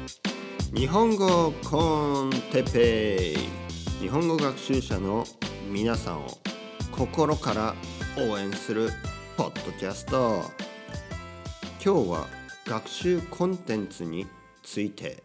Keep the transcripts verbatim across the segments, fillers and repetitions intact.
日本語コンテペイ、日本語学習者の皆さんを心から応援するポッドキャスト。今日は学習コンテンツについて。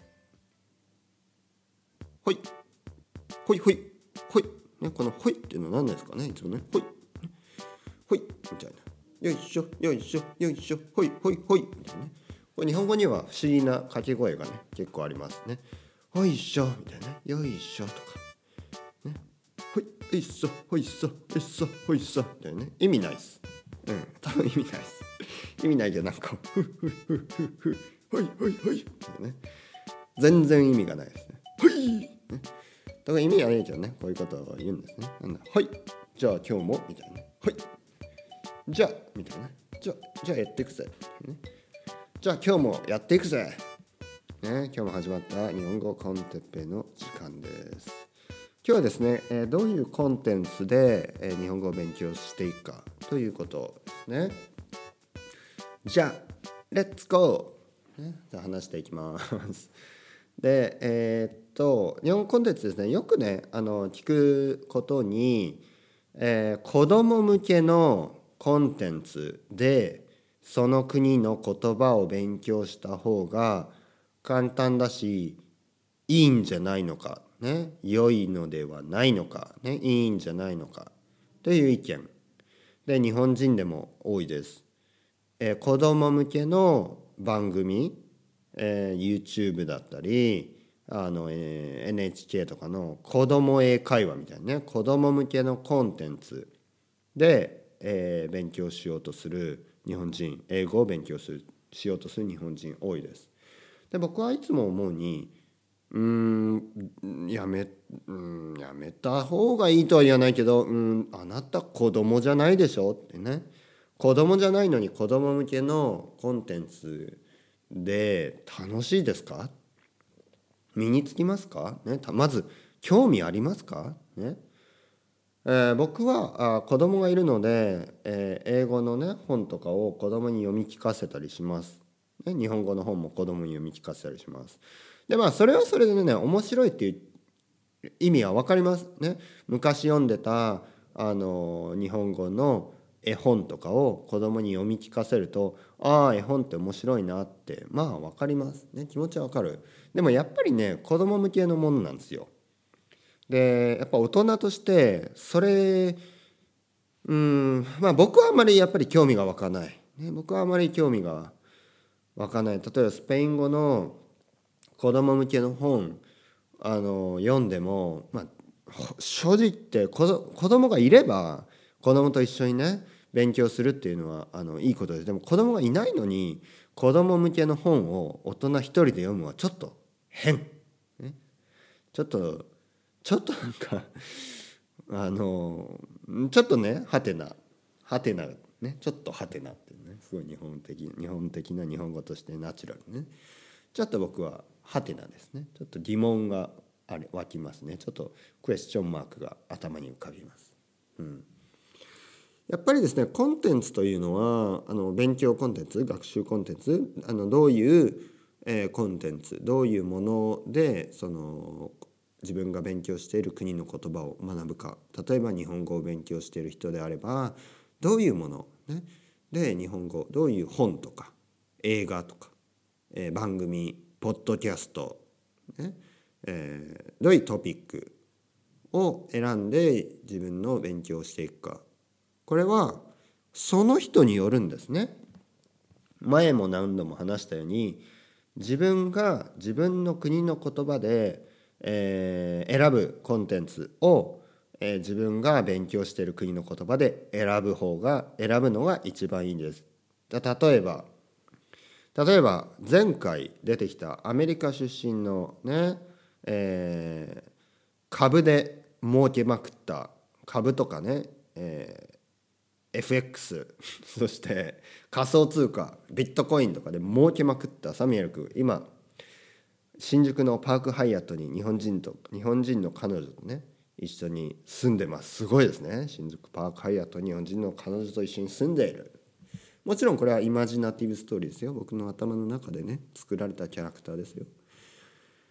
ほいほいほいほい、ね、このほいっていうのは何ですかね。いつもね、ほいほいみたいな、よいしょよいしょよいしょほいほいほいみたいなね。これ日本語には不思議な掛け声がね結構ありますね。ほいしょみたいなね、よいしょとかね、ほいほいっそほいっそほいっそほいっそみたいなね。意味ないです。うん、多分意味ないです。意味ないけどなんかふふふふふほいほいほいみたいなね、全然意味がないですね。ほい、ね、だから意味がないけどね、こういうことを言うんですね。なんだ、はい、じゃあ今日もみたいな、はい、じゃあみたいな、じゃあじゃあやっていくぜ、ね、じゃあ今日もやっていくぜ、ね、今日も始まった日本語コンテッペの時間です。今日はですね、えー、どういうコンテンツで、えー、日本語を勉強していくかということですね。じゃあレッツゴー、ね、じゃあ話していきますで、えー、っと日本語コンテンツですね、よくねあの聞くことに、えー、子供向けのコンテンツでその国の言葉を勉強した方が簡単だしいいんじゃないのか、ね、良いのではないのか、ね、いいんじゃないのかという意見で日本人でも多いです。えー、子供向けの番組、えー、YouTube だったりあの、えー、エヌエイチケー とかの子供英会話みたいなね、子供向けのコンテンツで、えー、勉強しようとする日本人、英語を勉強するしようとする日本人多いです。で僕はいつも思うにうーんやめうんやめた方がいいとは言わないけど、うんあなた子供じゃないでしょってね。子供じゃないのに子供向けのコンテンツで楽しいですか？身につきますか？ね、まず興味ありますか？ね、えー、僕はあ子供がいるので、えー、英語のね本とかを子供に読み聞かせたりします、ね、日本語の本も子供に読み聞かせたりします。でまあそれはそれでね面白いっていう意味は分かりますね。昔読んでたあの日本語の絵本とかを子供に読み聞かせると、ああ絵本って面白いなってまあ分かりますね、気持ちは分かる。でもやっぱりね子供向けのものなんですよ。でやっぱ大人としてそれうんまあ僕はあんまりやっぱり興味が湧かない、ね、僕はあまり興味が湧かない。例えばスペイン語の子供向けの本あの読んでも、まあ、正直言って子供がいれば子供と一緒にね勉強するっていうのはあのいいことです。でも子供がいないのに子供向けの本を大人一人で読むのはちょっと変、ね、ちょっとちょっとなんかあのちょっとねハテナハテナねちょっとハテナっていうねすごい日本的日本的な日本語としてナチュラルね、ちょっと僕はハテナですね。ちょっと疑問があれ湧きますね。ちょっとクエスチョンマークが頭に浮かびます。うん、やっぱりですねコンテンツというのはあの勉強コンテンツ、学習コンテンツ、あのどういう、えー、コンテンツ、どういうものでその自分が勉強している国の言葉を学ぶか。例えば日本語を勉強している人であればどういうもの、ね、で日本語どういう本とか映画とか、えー、番組ポッドキャスト、ねえー、どういうトピックを選んで自分の勉強をしていくか。これはその人によるんですね。前も何度も話したように自分が自分の国の言葉で、えー、選ぶコンテンツを、えー、自分が勉強している国の言葉で選ぶ方が選ぶのが一番いいんです。例えば例えば前回出てきたアメリカ出身のね、えー、株で儲けまくった株とかね、えー、エフエックス そして仮想通貨ビットコインとかで儲けまくったサミュエル君、今新宿のパークハイアットに日本人と日本人の彼女とね一緒に住んでます。すごいですね。新宿パークハイアットに日本人の彼女と一緒に住んでいる。もちろんこれはイマジナティブストーリーですよ。僕の頭の中でね作られたキャラクターですよ。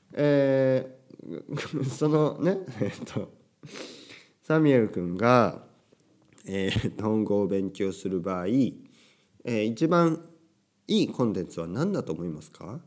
えー、そのねえっとサミュエル君が、えー、日本語を勉強する場合、えー、一番いいコンテンツは何だと思いますか？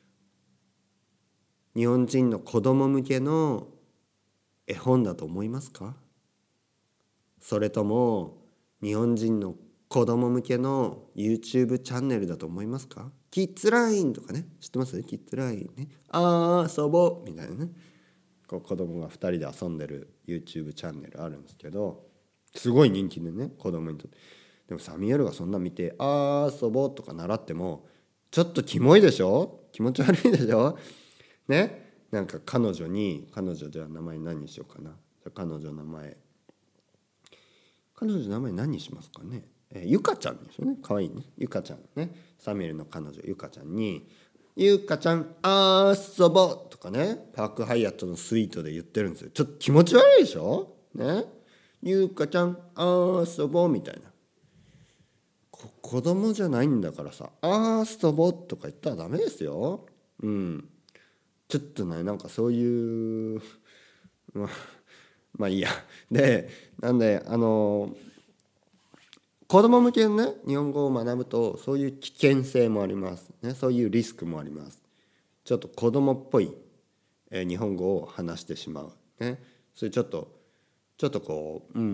日本人の子供向けの絵本だと思いますか？それとも日本人の子供向けの YouTube チャンネルだと思いますか？キッズラインとかね、知ってます？キッズラインね、あー遊ぼうみたいなね、こう子供がふたりで遊んでる YouTube チャンネルあるんですけど、すごい人気でね、子供にとって。でもサミュエルがそんな見てあー遊ぼうとか習ってもちょっとキモいでしょ、気持ち悪いでしょね。なんか彼女に、彼女じゃあ名前何にしようかな。じゃあ彼女の名前彼女の名前何にしますかね。えー、ゆかちゃんですよね。かわいいね。ゆかちゃんね。サミュエルの彼女ゆかちゃんにゆかちゃん遊ぼうとかね、パークハイアットのスイートで言ってるんですよ。ちょっと気持ち悪いでしょね。ゆかちゃん遊ぼうみたいな。こ子供じゃないんだからさ、遊ぼうとか言ったらダメですよ。うん。ちょっとね、なんかそういうまあ、まあいいや。で、なんであの子供向けのね日本語を学ぶとそういう危険性もありますね。そういうリスクもあります。ちょっと子供っぽい、えー、日本語を話してしまうね。それちょっとちょっとこう、うん、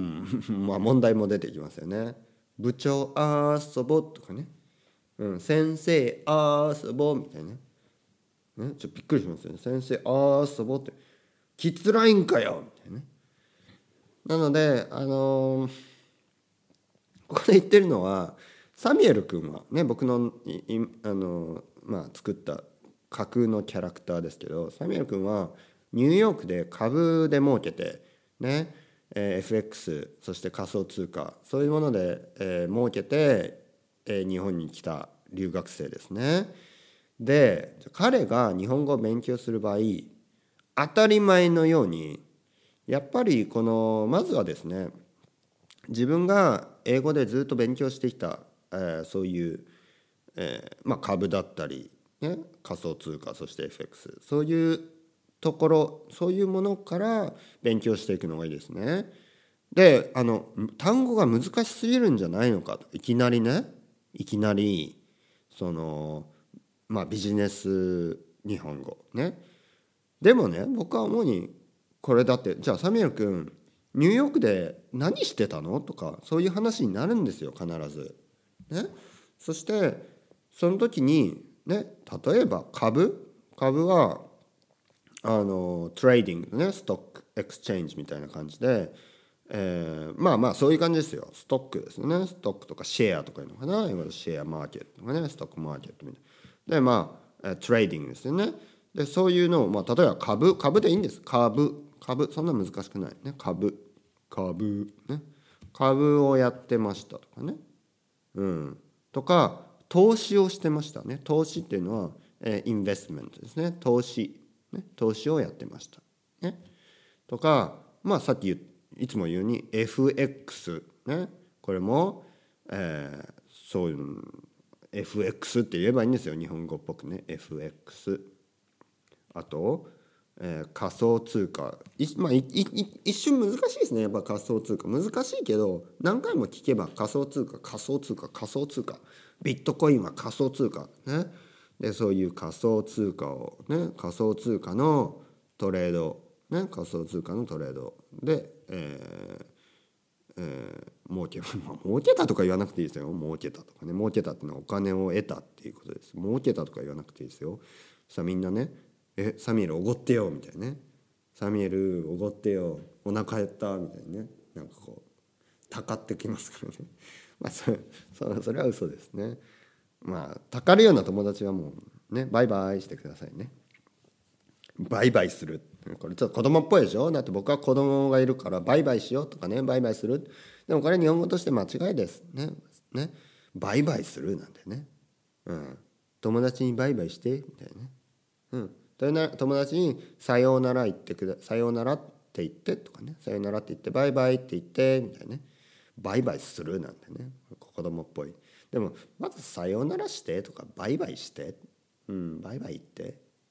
まあ問題も出てきますよね。部長遊ぼうとかね、うん、先生遊ぼうみたいなね。ね、ちょっとびっくりしますよね。先生遊ぼうってキッズラインかよみたいなね。なのであのーここで言ってるのはサミュエル君はね、僕のいいあの、まあ、作った架空のキャラクターですけど、サミュエル君はニューヨークで株で儲けてね、えー、エフエックス そして仮想通貨そういうもので、えー、儲けて、えー、日本に来た留学生ですね。で彼が日本語を勉強する場合当たり前のようにやっぱりこのまずはですね、自分が英語でずっと勉強してきた、えー、そういう、えーまあ、株だったり、ね、仮想通貨そして エフエックス そういうところそういうものから勉強していくのがいいですね。であの単語が難しすぎるんじゃないのかといきなりねいきなりそのまあビジネス日本語ね。でもね僕は主にこれだってじゃあサミュエル君ニューヨークで何してたのとかそういう話になるんですよ必ず。ね、そしてその時にね例えば株株はあのトレーディングねストックエクスチェンジみたいな感じで、えー、まあまあそういう感じですよ。ストックですよね。ストックとかシェアとかいうのかな、今のシェアマーケットとかねストックマーケットみたいな。でまあトレーディングですよね。でそういうのを、まあ、例えば株株でいいんです。株株そんな難しくないね。株株ね株をやってましたとかね、うん、とか投資をしてましたね。投資っていうのは、えー、インベストメントですね。投資、ね、投資をやってました、ね、とかまあさっきいつも言うように エフエックス ね、これも、えー、そういう エフエックス って言えばいいんですよ日本語っぽくね。 エフエックス あと、えー、仮想通貨い、まあ、いい一瞬難しいですね。やっぱ仮想通貨難しいけど何回も聞けば仮想通貨仮想通貨仮想通貨ビットコインは仮想通貨ね。でそういう仮想通貨をね仮想通貨のトレードね仮想通貨のトレードで、えーえー、儲け、まあ、儲けたとか言わなくていいですよ。儲けたとかね、儲けたっていうのはお金を得たっていうことです。儲けたとか言わなくていいですよ。さあみんなね、えサミュエルおごってよみたいなね、サミュエルおごってよお腹減ったみたいなね、なんかこうたかってきますからね。まあそれそそれは嘘ですね。まあたかるような友達はもうねバイバイしてくださいね。バイバイする。これちょっと子供っぽいでしょ。だって僕は子供がいるからバイバイしようとかね、バイバイする。でもこれ日本語として間違いですね。ね、バイバイするなんてね。うん。友達にバイバイしてみたいなね。うん。友達にさようなら言ってくださようならって言ってとかね。さようならって言ってバイバイって言ってみたいなね。バイバイするなんてね。子供っぽい。でもまずさようならしてとかバイバイして。うん、バイバイ言って。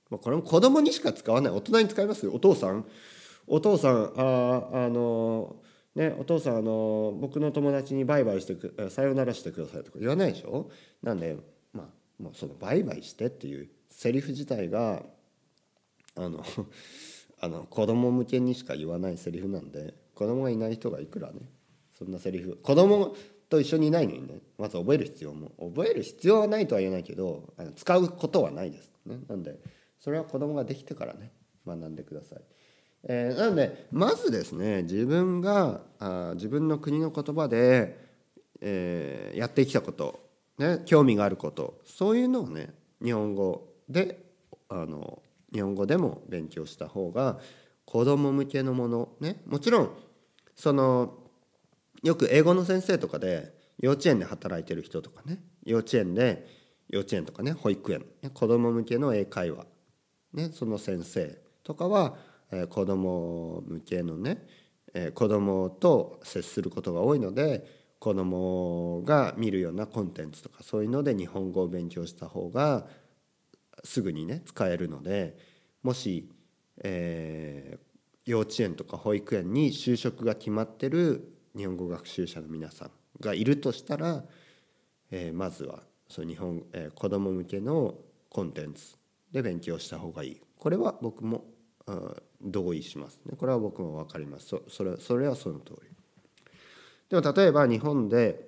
まあ、これも子供にしか使わない。大人に使いますよ。お父さんお父さんああのねお父さんあの僕の友達にバイバイしてくさよならしてくださいとか言わないでしょ。なんでまあもうそのバイバイしてっていうセリフ自体があのあの子供向けにしか言わないセリフなんで、子供がいない人がいくらねそんなセリフ子供と一緒にいないのにねまず覚える必要も覚える必要はないとは言えないけど使うことはないですね。なんでそれは子供ができてからね学んでください。えー、なのでまずですね自分があ自分の国の言葉で、えー、やってきたこと、ね、興味があることそういうのをね日本語であの日本語でも勉強した方が子ども向けのものね、もちろんそのよく英語の先生とかで幼稚園で働いてる人とかね幼稚園で幼稚園とかね保育園子ども向けの英会話、ね、その先生とかは、えー、子ども向けのね、えー、子どもと接することが多いので子どもが見るようなコンテンツとかそういうので日本語を勉強した方がすぐにね使えるので、もし、えー、幼稚園とか保育園に就職が決まってる日本語学習者の皆さんがいるとしたら、えー、まずはその日本、えー、子ども向けのコンテンツで勉強した方がいい。これは僕も同意しますね。これは僕も分かります。そ、それ、それはその通り。でも例えば日本で、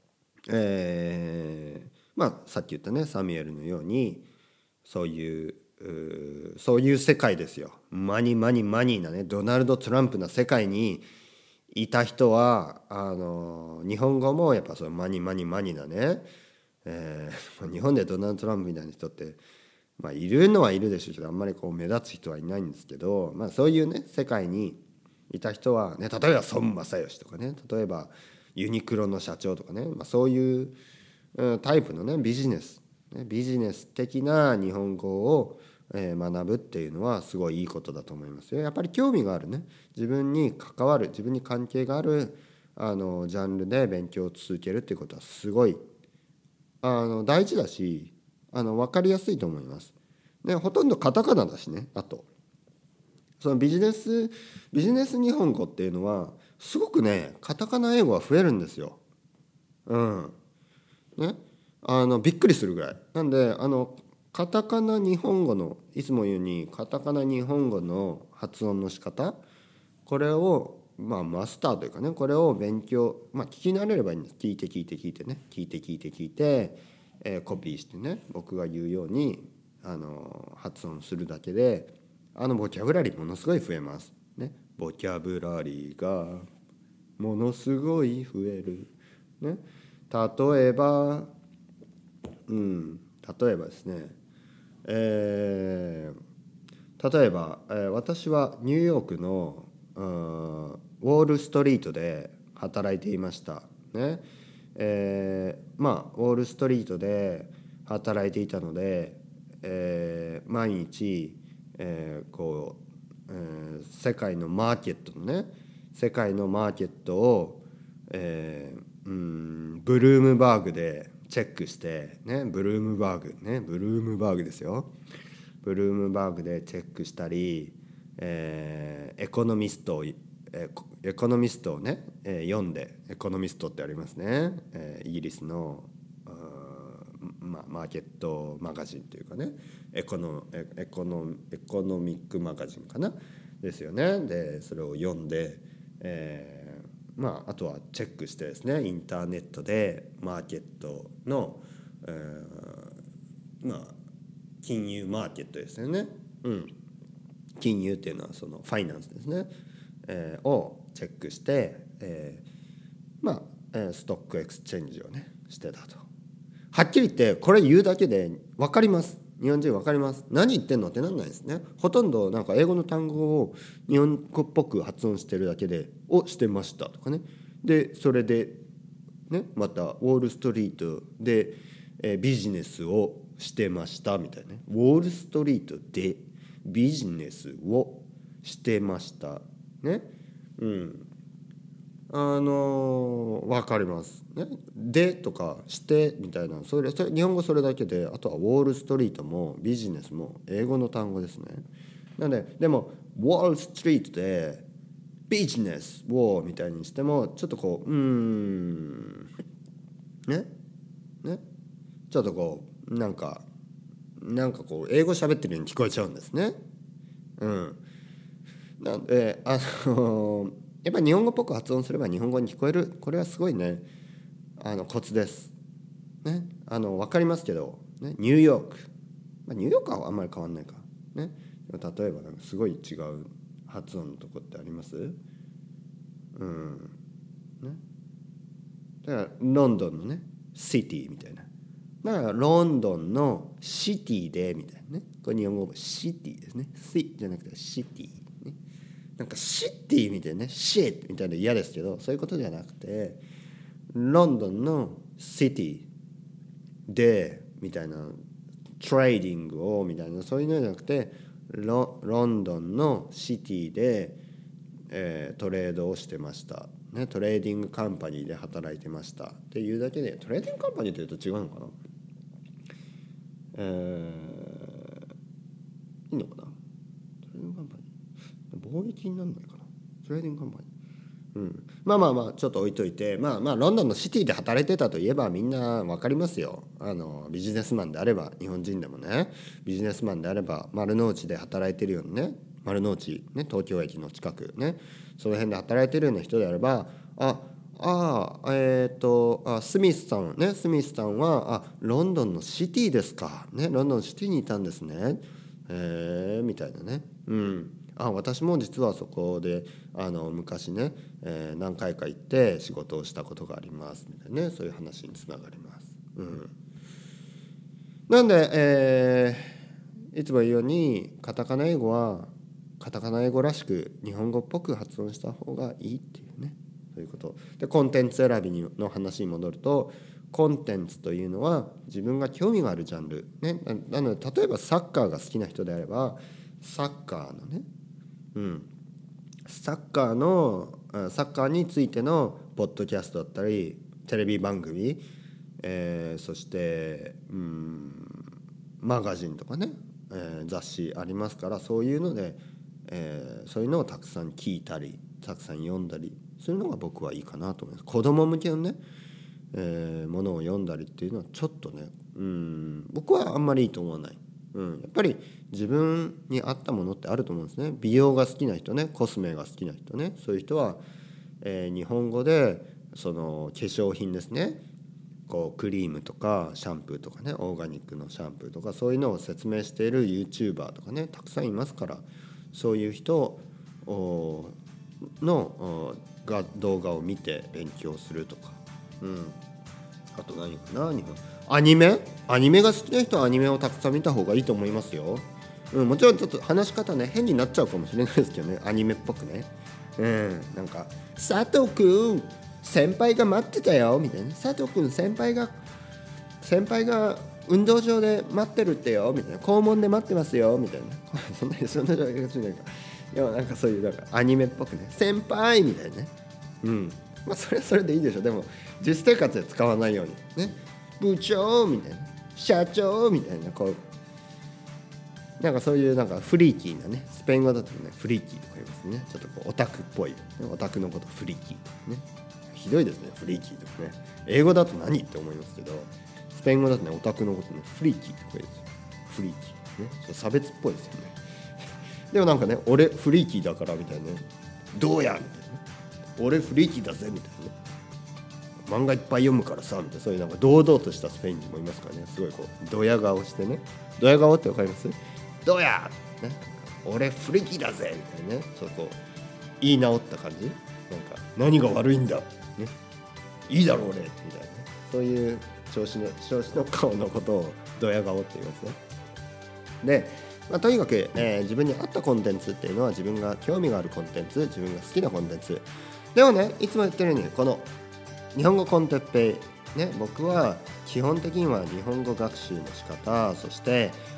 えー、まあさっき言ったねサミュエルのようにそういう、うそういう世界ですよ。マニマニマニなねドナルド・トランプな世界にいた人はあの日本語もやっぱそのマニマニマニなね、えー、日本でドナルド・トランプみたいな人って、まあ、いるのはいるでしょうけどあんまりこう目立つ人はいないんですけど、まあ、そういうね世界にいた人は、ね、例えば孫正義とかね例えばユニクロの社長とかね、まあ、そういう、うん、タイプのねビジネスビジネス的な日本語を学ぶっていうのはすごいいいことだと思いますよ。やっぱり興味があるね自分に関わる自分に関係があるあのジャンルで勉強を続けるっていうことはすごいあの大事だしあの分かりやすいと思います。ね、ほとんどカタカナだしね。あとそのビジネスビジネス日本語っていうのはすごくねカタカナ英語が増えるんですよ。うんねあのびっくりするぐらいなんであのカタカナ日本語のいつも言うにカタカナ日本語の発音の仕方これをまあマスターというかねこれを勉強まあ聞き慣れればいいんです。聞いて聞いて聞いてね聞いて聞いて聞いて、えー、コピーしてね僕が言うようにあの発音するだけであのボキャブラリーものすごい増えますね。ボキャブラリーがものすごい増えるね。例えばうん、例えばですね、えー、例えば、えー、私はニューヨークのウォールストリートで働いていましたね。えー、まあウォールストリートで働いていたので、えー、毎日、えー、こう、えー、世界のマーケットのね世界のマーケットを、えー、うんブルームバーグでチェックしてねブルームバーグねブルームバーグですよ。ブルームバーグでチェックしたり、えー、エコノミストを、えー、エコノミストをね、えー、読んでエコノミストってありますね、えー、イギリスのまあ、マーケットマガジンというかねエコノエコノエコノミックマガジンかなですよね。でそれを読んで、えー、まああとはチェックしてですねインターネットでマーケットの、えー、まあ金融マーケットですよね。うん、金融っていうのはそのファイナンスですね、えー、をチェックして、えー、まあ、えー、ストックエクスチェンジをねしてたと。はっきり言ってこれ言うだけで分かります。日本人分かります。何言ってんのってなんないですね。ほとんどなんか英語の単語を日本語っぽく発音してるだけで「をしてました」とかね。でそれでねまたウォールストリートで、えー、ビジネスをしてましたみたいなね。ウォールストリートでビジネスをしてましたね。うんあのー、分かりますね。でとかしてみたいな、それそれ日本語それだけで、あとはウォールストリートもビジネスも英語の単語ですね。なのででもウォールストリートでビジネスをみたいにしてもちょっとこううーんねねちょっとこうなんかなんかこう英語喋ってるように聞こえちゃうんですね。うん。なんであのーやっぱり日本語っぽく発音すれば日本語に聞こえる。これはすごいね、あのコツです。ね、あの分かりますけど、ね、ニューヨーク、まあ、ニューヨークはあんまり変わんないか。ね、例えばなんかすごい違う発音のとこってあります？うん。ね。だからロンドンのね、シティみたいな。だからロンドンのシティでみたいなね。これ日本語シティですね。シじゃなくてシティ。なんかシティみたいなね、シッみたいな嫌ですけど、そういうことじゃなくて、ロンドンのシティでみたいな、トレーディングをみたいな、そういうのじゃなくて、ロ, ロンドンのシティで、えー、トレードをしてました、ね、トレーディングカンパニーで働いてましたっていうだけで、トレーディングカンパニーというと違うのかな、えー、いいのかな、トレーディングカンパニー貿易にならないかな、トレーディングカンパニー、うん、まあまあまあちょっと置いといて、まあまあロンドンのシティで働いてたといえばみんな分かりますよ。あのビジネスマンであれば、日本人でもね、ビジネスマンであれば丸の内で働いてるようなね、丸の内ね、東京駅の近くね、その辺で働いてるような人であれば、あああえっ、ー、とあスミスさんね、スミスさんはあロンドンのシティですかね、ロンドンのシティにいたんですね、へえみたいなね、うん。あ私も実はそこであの昔ね、えー、何回か行って仕事をしたことがありますみたいなね、そういう話につながります。うん、なんで、えー、いつも言うようにカタカナ英語はカタカナ英語らしく日本語っぽく発音した方がいいっていうね、そういうことで、コンテンツ選びの話に戻ると、コンテンツというのは自分が興味があるジャンル、ね、なので例えばサッカーが好きな人であればサッカーのね、うん、サッカーのサッカーについてのポッドキャストだったりテレビ番組、えー、そして、うん、マガジンとかね、えー、雑誌ありますから、そういうので、えー、そういうのをたくさん聞いたりたくさん読んだりするのが僕はいいかなと思います。子供向けのね、えー、ものを読んだりっていうのはちょっとね、うん僕はあんまりいいと思わない。うん、やっぱり自分に合ったものってあると思うんですね。美容が好きな人ね、コスメが好きな人ね、そういう人は、えー、日本語でその化粧品ですね、こうクリームとかシャンプーとかね、オーガニックのシャンプーとかそういうのを説明している YouTuber とかね、たくさんいますから、そういう人のが動画を見て勉強するとか、うん、あと何かな、日本アニメアニメが好きな人はアニメをたくさん見た方がいいと思いますよ。うん、もちろんちょっと話し方ね変になっちゃうかもしれないですけどね、アニメっぽくね。うん、なんか佐藤くん先輩が待ってたよみたいな、佐藤くん先輩が先輩が運動場で待ってるってよみたいな、校門で待ってますよみたいなそんなそんな状況がしないか。いやなんかそういうなんかアニメっぽくね、先輩みたいなね。うん、まあそれはそれでいいでしょ。でも実生活で使わないようにね、部長みたいな、社長みたいな、こうなんかそういうなんかフリーキーなね、スペイン語だとねフリーキーとか言いますね。ちょっとこうオタクっぽい、オタクのことフリーキーとかね、ひどいですねフリーキーとかね。英語だと何って思いますけど、スペイン語だとねオタクのことねフリーキーとか言うんですよ。フリーキーね、ちょっと差別っぽいですよねでもなんかね、俺フリーキーだからみたいなね、どうやみたいなね、俺フリーキーだぜみたいなね、漫画いっぱい読むからさみたいな、そういうなんか堂々としたスペイン人もいますからね、すごいこうドヤ顔してね、ドヤ顔ってわかります？どうや、ね、俺フリーキーだぜみたいなね、そうこう言い直った感じ、なんか何が悪いんだ、ね、いいだろう俺みたいなね、そういう調子の調子の顔のことをドヤ顔って言いますね。でまあ、とにかく、えー、自分に合ったコンテンツっていうのは自分が興味があるコンテンツ、自分が好きなコンテンツでもね、いつも言ってるようにこの日本語コンテッペイ、ね、僕は基本的には日本語学習の仕方、そして、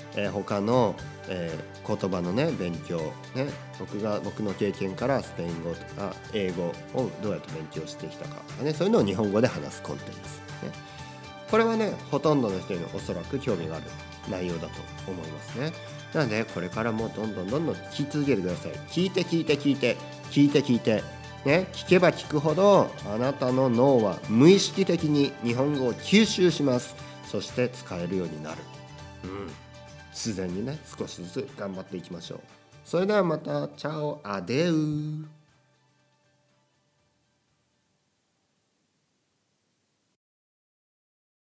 えー、他の、えー、言葉のね勉強ね、僕が僕の経験からスペイン語とか英語をどうやって勉強してきたかとかね、そういうのを日本語で話すコンテンツ、ね、これはねほとんどの人におそらく興味がある内容だと思いますね。なのでこれからもどんどんどんどん聞き続けてください。聞いて聞いて聞いて聞いて聞いてね、聞けば聞くほどあなたの脳は無意識的に日本語を吸収します。そして使えるようになる、うん、自然にね少しずつ頑張っていきましょう。それではまたチャオアデウ。